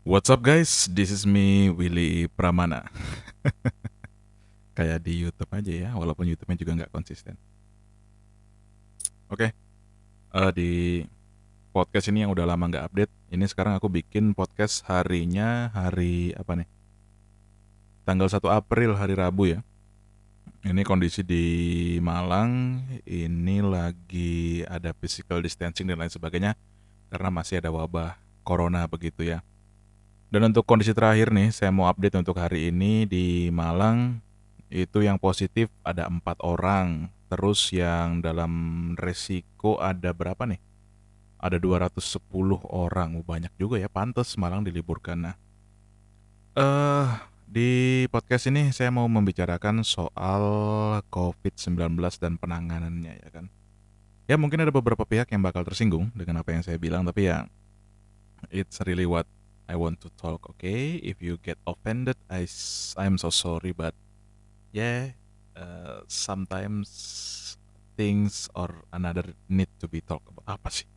What's up guys, this is me Willy Pramana. Kayak di YouTube aja ya, walaupun YouTube-nya juga nggak konsisten. Oke, di podcast ini yang udah lama nggak update, ini sekarang aku bikin podcast harinya hari apa nih? Tanggal 1 April, hari Rabu ya. Ini kondisi di Malang, ini lagi ada physical distancing dan lain sebagainya karena masih ada wabah corona begitu ya. Dan untuk kondisi terakhir nih, saya mau update untuk hari ini di Malang. Itu yang positif ada 4 orang. Terus yang dalam resiko ada berapa nih? Ada 210 orang. Banyak juga ya, pantes Malang diliburkan. Nah, eh di podcast ini saya mau membicarakan soal COVID-19 dan penanganannya ya kan. Ya mungkin ada beberapa pihak yang bakal tersinggung dengan apa yang saya bilang, tapi ya it's really what I want to talk, okay? If you get offended, I'm so sorry, but yeah, sometimes things or another need to be talked about. Apa sih?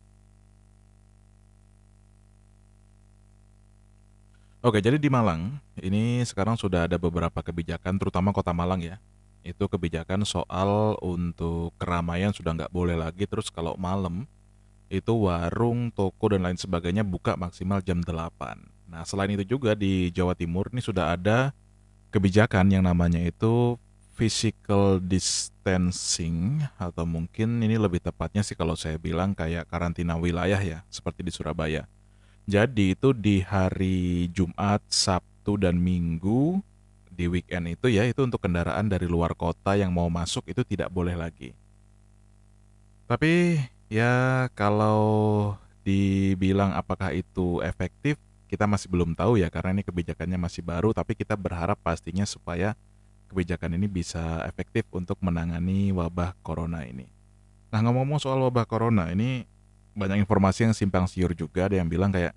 Oke, jadi di Malang ini sekarang sudah ada beberapa kebijakan, terutama Kota Malang ya. Itu kebijakan soal untuk keramaian sudah nggak boleh lagi. Terus kalau malam itu warung, toko dan lain sebagainya buka maksimal jam 8. Nah, selain itu juga di Jawa Timur ini sudah ada kebijakan yang namanya itu physical distancing, atau mungkin ini lebih tepatnya sih kalau saya bilang kayak karantina wilayah ya, seperti di Surabaya. Jadi itu di hari Jumat, Sabtu dan Minggu di weekend itu ya, itu untuk kendaraan dari luar kota yang mau masuk itu tidak boleh lagi. Tapi ya kalau dibilang apakah itu efektif, kita masih belum tahu ya karena ini kebijakannya masih baru, tapi kita berharap pastinya supaya kebijakan ini bisa efektif untuk menangani wabah corona ini. Nah, ngomong-ngomong soal wabah corona ini, banyak informasi yang simpang siur juga. Ada yang bilang kayak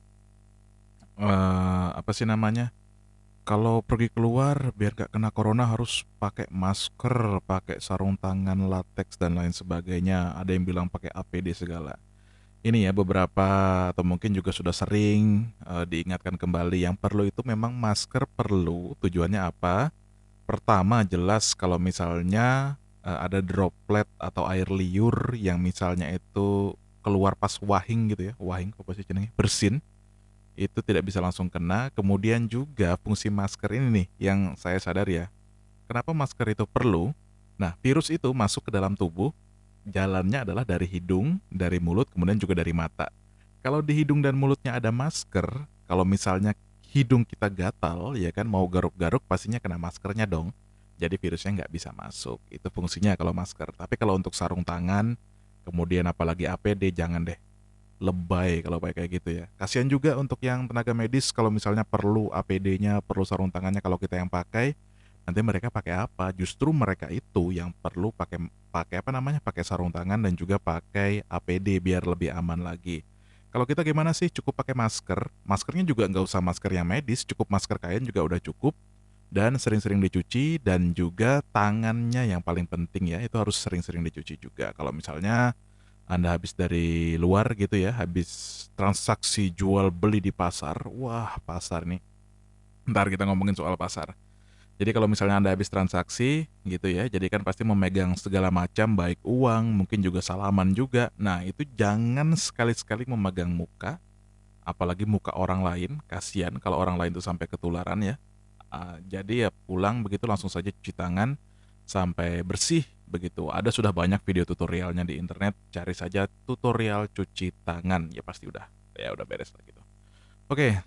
apa sih namanya? Kalau pergi keluar biar gak kena corona harus pakai masker, pakai sarung tangan latex dan lain sebagainya. Ada yang bilang pakai APD segala. Ini ya beberapa atau mungkin juga sudah sering diingatkan kembali, yang perlu itu memang masker perlu. Tujuannya apa? Pertama jelas kalau misalnya ada droplet atau air liur yang misalnya itu keluar pas wahing gitu ya, wahing apa sih jenenge? Bersin, itu tidak bisa langsung kena. Kemudian juga fungsi masker ini nih yang saya sadar ya. Kenapa masker itu perlu? Nah, virus itu masuk ke dalam tubuh, jalannya adalah dari hidung, dari mulut, kemudian juga dari mata. Kalau di hidung dan mulutnya ada masker, kalau misalnya hidung kita gatal, ya kan mau garuk-garuk pastinya kena maskernya dong. Jadi virusnya nggak bisa masuk. Itu fungsinya kalau masker. Tapi kalau untuk sarung tangan, kemudian apalagi APD, jangan deh. Lebay kalau kayak gitu ya. Kasihan juga untuk yang tenaga medis kalau misalnya perlu APD-nya, perlu sarung tangannya, kalau kita yang pakai, nanti mereka pakai apa? Justru mereka itu yang perlu pakai pakai apa namanya? Pakai sarung tangan dan juga pakai APD biar lebih aman lagi. Kalau kita gimana sih? Cukup pakai masker. Maskernya juga nggak usah masker yang medis, cukup masker kain juga udah cukup. Dan sering-sering dicuci, dan juga tangannya yang paling penting ya, itu harus sering-sering dicuci juga. Kalau misalnya Anda habis dari luar gitu ya, habis transaksi jual beli di pasar, wah pasar nih. Ntar kita ngomongin soal pasar. Jadi kalau misalnya Anda habis transaksi gitu ya, jadi kan pasti memegang segala macam, baik uang, mungkin juga salaman juga. Nah, itu jangan sekali-sekali memegang muka, apalagi muka orang lain. Kasihan kalau orang lain itu sampai ketularan ya. Jadi ya pulang begitu langsung saja cuci tangan sampai bersih begitu. Ada sudah banyak video tutorialnya di internet, cari saja tutorial cuci tangan, ya pasti udah beres lah gitu. Oke,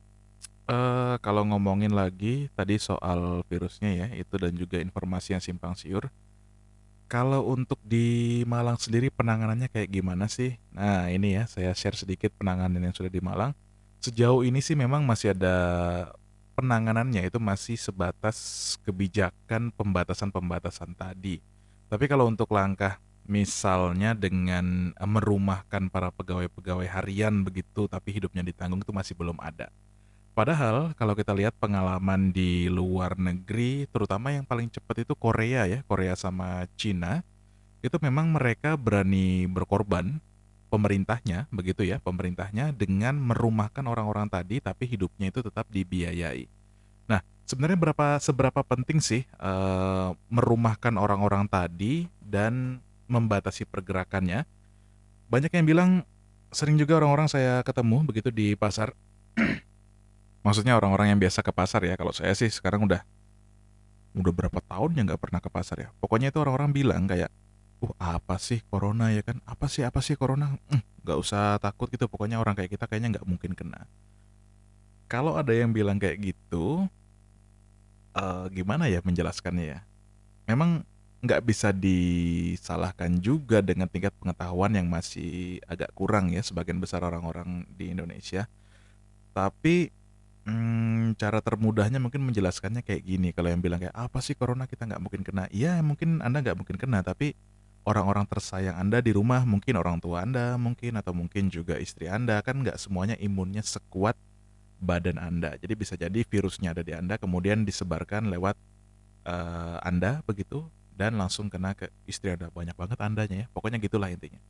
kalau ngomongin lagi tadi soal virusnya ya, itu dan juga informasi yang simpang siur. Kalau untuk di Malang sendiri penanganannya kayak gimana sih? Nah, ini ya saya share sedikit penanganan yang sudah di Malang. Sejauh ini sih memang masih ada penanganannya itu masih sebatas kebijakan pembatasan-pembatasan tadi. Tapi kalau untuk langkah misalnya dengan merumahkan para pegawai-pegawai harian begitu tapi hidupnya ditanggung, itu masih belum ada. Padahal kalau kita lihat pengalaman di luar negeri, terutama yang paling cepat itu Korea ya, Korea sama Cina, itu memang mereka berani berkorban pemerintahnya begitu ya, pemerintahnya dengan merumahkan orang-orang tadi tapi hidupnya itu tetap dibiayai. Nah, sebenarnya seberapa penting sih, merumahkan orang-orang tadi dan membatasi pergerakannya? Banyak yang bilang sering juga orang-orang saya ketemu begitu di pasar, maksudnya orang-orang yang biasa ke pasar ya, kalau saya sih sekarang udah berapa tahun ya nggak pernah ke pasar ya. Pokoknya itu orang-orang bilang kayak, apa sih corona ya kan? Apa sih corona? Nggak usah takut gitu, pokoknya orang kayak kita kayaknya nggak mungkin kena. Kalau ada yang bilang kayak gitu, gimana ya menjelaskannya ya? Memang nggak bisa disalahkan juga dengan tingkat pengetahuan yang masih agak kurang ya sebagian besar orang-orang di Indonesia. Tapi cara termudahnya mungkin menjelaskannya kayak gini, kalau yang bilang kayak, "Apa sih corona kita nggak mungkin kena?" Iya mungkin Anda nggak mungkin kena, tapi orang-orang tersayang Anda di rumah, mungkin orang tua Anda mungkin, atau mungkin juga istri Anda, kan nggak semuanya imunnya sekuat badan Anda. Jadi bisa jadi virusnya ada di Anda, kemudian disebarkan lewat, Anda begitu, dan langsung kena ke istri Anda. Banyak banget Andanya ya, pokoknya gitulah intinya.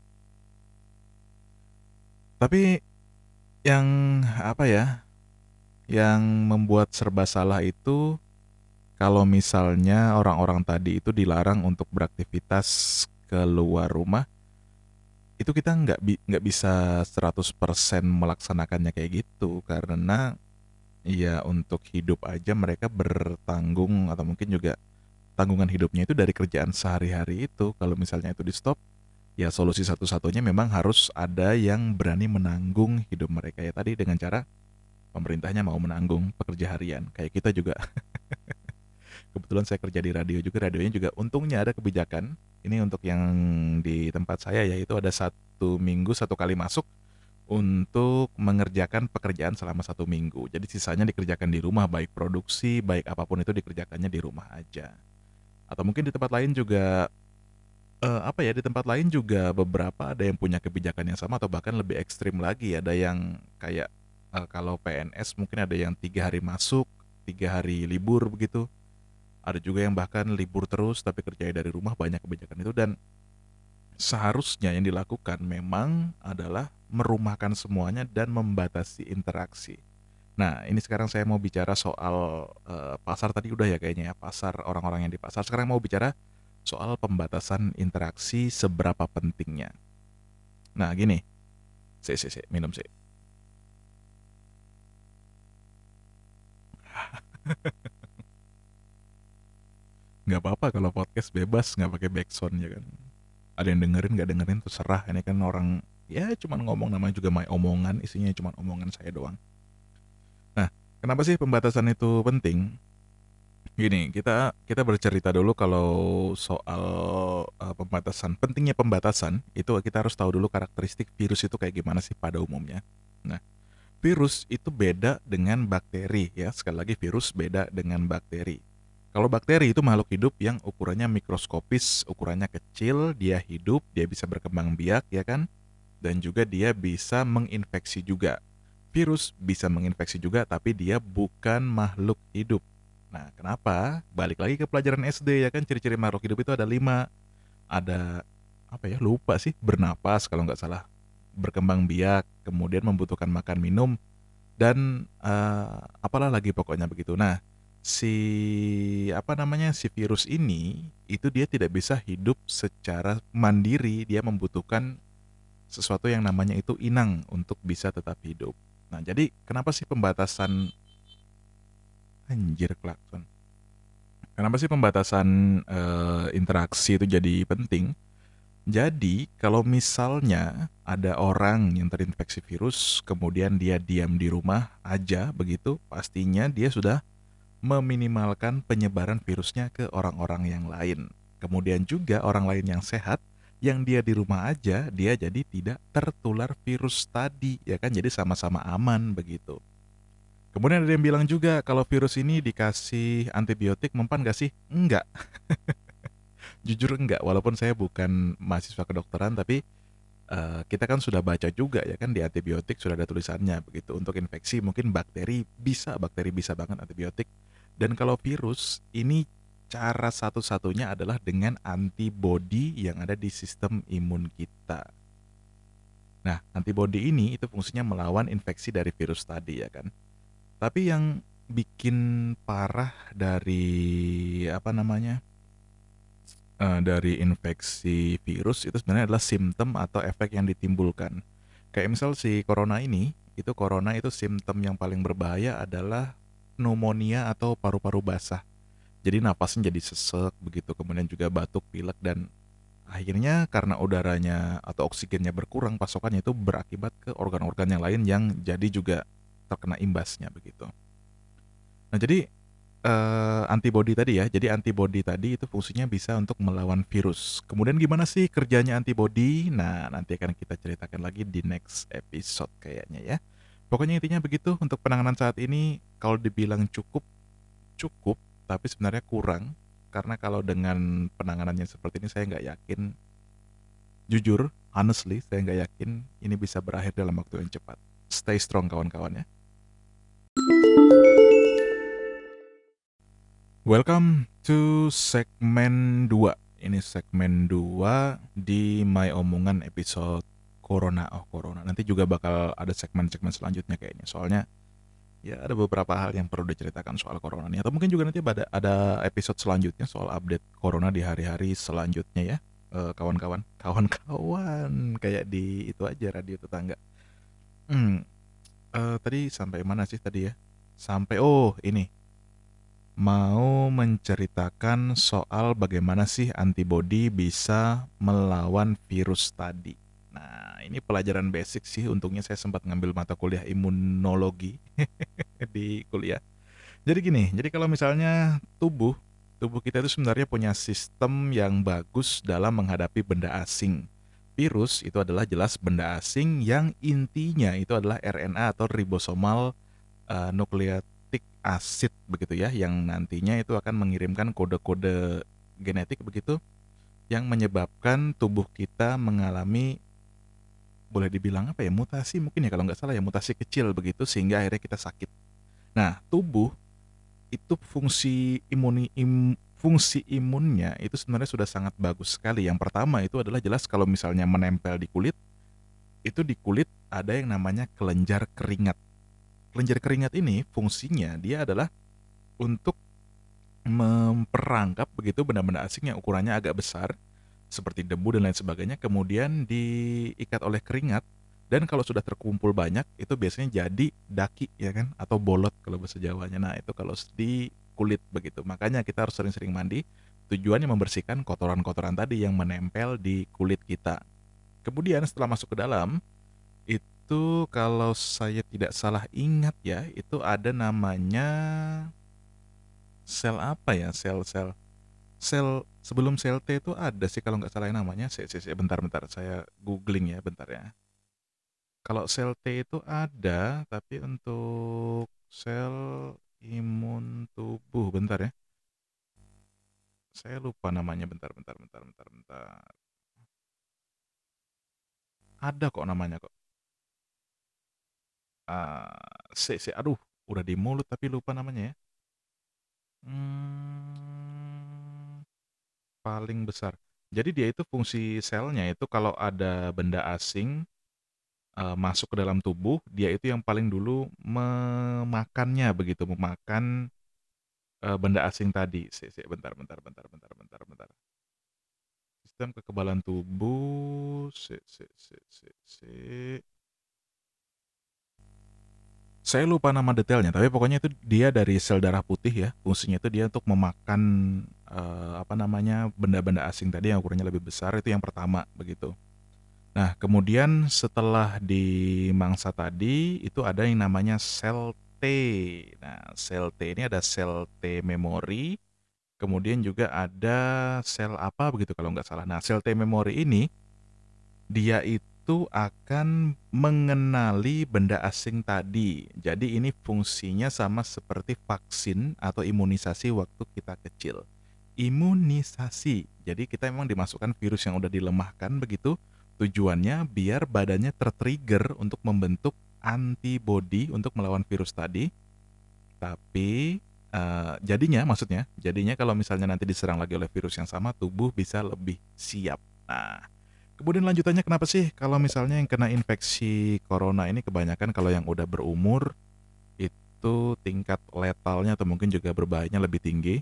Tapi yang, apa ya, yang membuat serba salah itu kalau misalnya orang-orang tadi itu dilarang untuk beraktivitas keluar rumah, itu kita nggak bisa 100% melaksanakannya kayak gitu, karena ya untuk hidup aja mereka bertanggung atau mungkin juga tanggungan hidupnya itu dari kerjaan sehari-hari itu. Kalau misalnya itu di-stop, ya solusi satu-satunya memang harus ada yang berani menanggung hidup mereka ya tadi dengan cara pemerintahnya mau menanggung pekerja harian. Kayak kita juga. Kebetulan saya kerja di radio juga, radionya juga untungnya ada kebijakan. Ini untuk yang di tempat saya yaitu ada 1 minggu 1 kali masuk untuk mengerjakan pekerjaan selama 1 minggu. Jadi sisanya dikerjakan di rumah, baik produksi, baik apapun itu dikerjakannya di rumah aja. Atau mungkin di tempat lain juga, apa ya, di tempat lain juga beberapa ada yang punya kebijakan yang sama atau bahkan lebih ekstrim lagi. Ada yang kayak, kalau PNS mungkin ada yang 3 hari masuk, 3 hari libur begitu. Ada juga yang bahkan libur terus tapi kerjanya dari rumah, banyak kebijakan itu. Dan seharusnya yang dilakukan memang adalah merumahkan semuanya dan membatasi interaksi. Nah, ini sekarang saya mau bicara soal, pasar tadi udah ya kayaknya ya, pasar orang-orang yang di pasar. Sekarang mau bicara soal pembatasan interaksi seberapa pentingnya. Nah, gini, sik, minum sik. Nggak apa-apa kalau podcast bebas, nggak pakai backsound ya kan. Ada yang dengerin nggak dengerin terserah, ini kan orang ya cuman ngomong, namanya juga my omongan, isinya cuman omongan saya doang. Nah, kenapa sih pembatasan itu penting? Gini, kita kita bercerita dulu kalau soal, pembatasan. Pentingnya pembatasan itu kita harus tahu dulu karakteristik virus itu kayak gimana sih pada umumnya. Nah, virus itu beda dengan bakteri ya, sekali lagi virus beda dengan bakteri. Kalau bakteri itu makhluk hidup yang ukurannya mikroskopis, ukurannya kecil, dia hidup, dia bisa berkembang biak ya kan, dan juga dia bisa menginfeksi juga. Virus bisa menginfeksi juga tapi dia bukan makhluk hidup. Nah, kenapa? Balik lagi ke pelajaran SD ya kan, ciri-ciri makhluk hidup itu ada 5. Ada apa ya? Lupa sih, bernapas kalau nggak salah, berkembang biak, kemudian membutuhkan makan minum, dan apalah lagi pokoknya begitu. Nah, si apa namanya, si virus ini itu dia tidak bisa hidup secara mandiri, dia membutuhkan sesuatu yang namanya itu inang untuk bisa tetap hidup. Nah, jadi kenapa sih pembatasan, anjir klakson. Kenapa sih pembatasan, interaksi itu jadi penting? Jadi, kalau misalnya ada orang yang terinfeksi virus, kemudian dia diam di rumah aja begitu, pastinya dia sudah meminimalkan penyebaran virusnya ke orang-orang yang lain. Kemudian juga orang lain yang sehat, yang dia di rumah aja, dia jadi tidak tertular virus tadi, ya kan? Jadi sama-sama aman begitu. Kemudian ada yang bilang juga kalau virus ini dikasih antibiotik mempan gak sih? Enggak, jujur enggak. Walaupun saya bukan mahasiswa kedokteran, tapi kita kan sudah baca juga ya kan di antibiotik sudah ada tulisannya begitu. Untuk infeksi mungkin bakteri bisa banget antibiotik. Dan kalau virus ini cara satu-satunya adalah dengan antibodi yang ada di sistem imun kita. Nah, antibodi ini itu fungsinya melawan infeksi dari virus tadi ya kan. Tapi yang bikin parah dari apa namanya, dari infeksi virus itu sebenarnya adalah simptom atau efek yang ditimbulkan. Kayak misal si corona ini, itu corona itu simptom yang paling berbahaya adalah pneumonia atau paru-paru basah. Jadi napasnya jadi sesek begitu, kemudian juga batuk, pilek, dan akhirnya karena udaranya atau oksigennya berkurang pasokannya itu berakibat ke organ-organ yang lain yang jadi juga terkena imbasnya begitu. Nah, jadi antibodi tadi ya, jadi antibodi tadi itu fungsinya bisa untuk melawan virus. Kemudian gimana sih kerjanya antibodi? Nah, nanti akan kita ceritakan lagi di next episode kayaknya ya. Pokoknya intinya begitu untuk penanganan saat ini, kalau dibilang cukup, cukup, tapi sebenarnya kurang. Karena kalau dengan penanganannya seperti ini saya nggak yakin, jujur, honestly, saya nggak yakin ini bisa berakhir dalam waktu yang cepat. Stay strong kawan-kawan ya. Welcome to segmen 2. Ini segmen 2 di My Omongan episode Corona. Oh, Corona. Nanti juga bakal ada segmen-segmen selanjutnya kayaknya. Soalnya ya ada beberapa hal yang perlu diceritakan soal Corona nih. Atau mungkin juga nanti ada episode selanjutnya soal update Corona di hari-hari selanjutnya ya. Kawan-kawan. Kawan-kawan. Kayak di itu aja, radio tetangga. Hmm, tadi sampai mana sih tadi ya? Sampai, oh ini mau menceritakan soal bagaimana sih antibodi bisa melawan virus tadi. Nah, ini pelajaran basic sih, untungnya saya sempat ngambil mata kuliah imunologi di kuliah. Jadi gini, jadi kalau misalnya tubuh kita itu sebenarnya punya sistem yang bagus dalam menghadapi benda asing. Virus itu adalah jelas benda asing yang intinya itu adalah RNA atau ribosomal nukleotik asid begitu ya, yang nantinya itu akan mengirimkan kode-kode genetik begitu yang menyebabkan tubuh kita mengalami, boleh dibilang apa ya, mutasi mungkin ya, kalau nggak salah ya, mutasi kecil begitu sehingga akhirnya kita sakit. Nah, tubuh itu fungsi imunnya itu sebenarnya sudah sangat bagus sekali. Yang pertama itu adalah jelas kalau misalnya menempel di kulit, itu di kulit ada yang namanya kelenjar keringat. Kelenjar keringat ini fungsinya dia adalah untuk memperangkap begitu benda-benda asing yang ukurannya agak besar seperti debu dan lain sebagainya, kemudian diikat oleh keringat, dan kalau sudah terkumpul banyak itu biasanya jadi daki ya kan, atau bolot kalau bahasa Jawanya. Nah, itu kalau di kulit begitu. Makanya kita harus sering-sering mandi, tujuannya membersihkan kotoran-kotoran tadi yang menempel di kulit kita. Kemudian setelah masuk ke dalam, itu kalau saya tidak salah ingat ya, itu ada namanya sel apa ya, sel-sel sel sebelum sel T itu ada sih kalau nggak salah yang namanya, bentar-bentar saya googling ya bentar ya. Kalau sel T itu ada, tapi untuk sel imun tubuh, bentar ya. Saya lupa namanya, bentar. Ada kok namanya kok. Aduh, udah di mulut tapi lupa namanya ya. Hmm, paling besar. Jadi dia itu fungsi selnya itu kalau ada benda asing masuk ke dalam tubuh, dia itu yang paling dulu memakannya begitu, memakan benda asing tadi. Bentar. Sistem kekebalan tubuh. Saya lupa nama detailnya, tapi pokoknya itu dia dari sel darah putih ya. Fungsinya itu dia untuk memakan apa namanya, benda-benda asing tadi yang ukurannya lebih besar, itu yang pertama begitu. Nah, kemudian setelah di mangsa tadi, itu ada yang namanya sel T. Nah, sel T ini ada sel T memori, kemudian juga ada sel apa begitu kalau nggak salah. Nah, sel T memori ini, dia itu akan mengenali benda asing tadi. Jadi ini fungsinya sama seperti vaksin atau imunisasi waktu kita kecil. Imunisasi. Jadi kita memang dimasukkan virus yang udah dilemahkan begitu. Tujuannya biar badannya tertrigger untuk membentuk antibodi untuk melawan virus tadi. Tapi jadinya kalau misalnya nanti diserang lagi oleh virus yang sama, tubuh bisa lebih siap. Nah, Kemudian lanjutannya kenapa sih kalau misalnya yang kena infeksi corona ini kebanyakan kalau yang udah berumur itu tingkat letalnya atau mungkin juga berbahayanya lebih tinggi?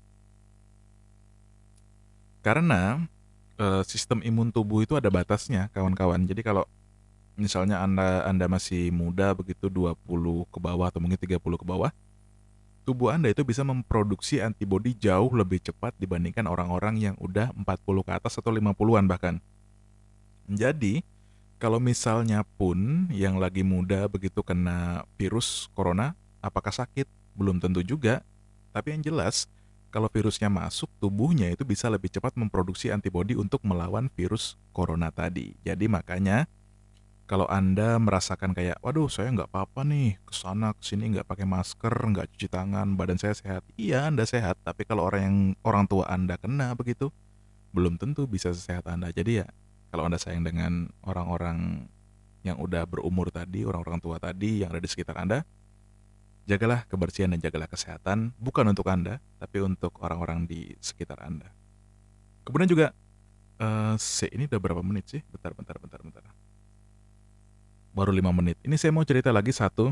Karena sistem imun tubuh itu ada batasnya, kawan-kawan. Jadi kalau misalnya Anda masih muda begitu 20 ke bawah atau mungkin 30 ke bawah, tubuh Anda itu bisa memproduksi antibodi jauh lebih cepat dibandingkan orang-orang yang udah 40 ke atas atau 50-an bahkan. Jadi, kalau misalnya pun yang lagi muda begitu kena virus corona, apakah sakit? Belum tentu juga. Tapi yang jelas, kalau virusnya masuk, tubuhnya itu bisa lebih cepat memproduksi antibodi untuk melawan virus corona tadi. Jadi makanya kalau Anda merasakan kayak, waduh saya nggak apa-apa nih, kesana kesini nggak pakai masker, nggak cuci tangan, badan saya sehat. Iya Anda sehat, tapi kalau orang tua Anda kena begitu, belum tentu bisa sesehat Anda. Jadi ya, kalau Anda sayang dengan orang-orang yang udah berumur tadi, orang-orang tua tadi yang ada di sekitar Anda, jagalah kebersihan dan jagalah kesehatan, bukan untuk Anda, tapi untuk orang-orang di sekitar Anda. Kemudian juga, ini udah berapa menit sih? Bentar, bentar, bentar, bentar. Baru 5 menit. Ini saya mau cerita lagi satu,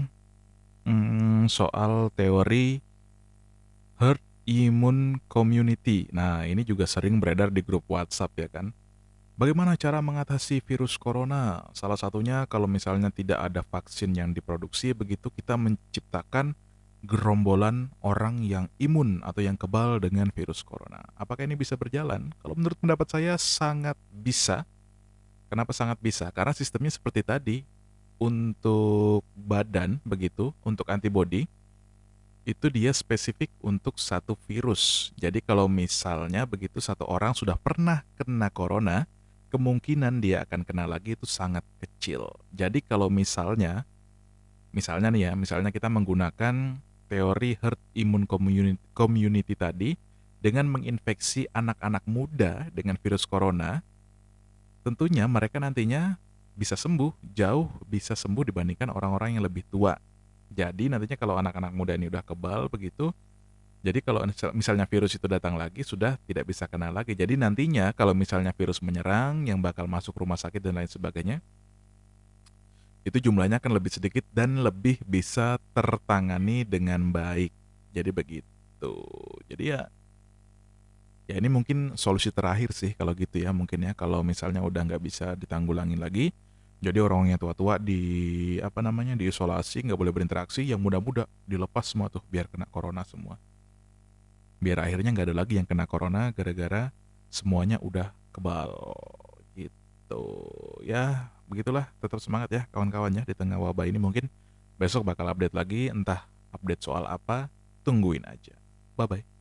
soal teori herd immune community. Nah, ini juga sering beredar di grup WhatsApp ya kan. Bagaimana cara mengatasi virus corona? Salah satunya kalau misalnya tidak ada vaksin yang diproduksi, begitu kita menciptakan gerombolan orang yang imun atau yang kebal dengan virus corona. Apakah ini bisa berjalan? Kalau menurut pendapat saya sangat bisa. Kenapa sangat bisa? Karena sistemnya seperti tadi. Untuk badan begitu, untuk antibodi itu dia spesifik untuk satu virus. Jadi kalau misalnya begitu satu orang sudah pernah kena corona, kemungkinan dia akan kena lagi itu sangat kecil. Jadi kalau misalnya nih ya, misalnya kita menggunakan teori herd immune community tadi dengan menginfeksi anak-anak muda dengan virus corona, tentunya mereka nantinya bisa sembuh, jauh bisa sembuh dibandingkan orang-orang yang lebih tua. Jadi nantinya kalau anak-anak muda ini udah kebal begitu, jadi kalau misalnya virus itu datang lagi sudah tidak bisa kena lagi. Jadi nantinya kalau misalnya virus menyerang yang bakal masuk rumah sakit dan lain sebagainya, itu jumlahnya akan lebih sedikit dan lebih bisa tertangani dengan baik. Jadi begitu. Jadi ya ini mungkin solusi terakhir sih kalau gitu ya mungkin ya kalau misalnya udah nggak bisa ditanggulangin lagi. Jadi orang yang tua-tua di apa namanya diisolasi nggak boleh berinteraksi, yang muda-muda dilepas semua tuh biar kena corona semua. Biar akhirnya nggak ada lagi yang kena corona gara-gara semuanya udah kebal gitu. Ya begitulah, tetap semangat ya kawan-kawannya di tengah wabah ini. Mungkin besok bakal update lagi, entah update soal apa, tungguin aja. Bye bye.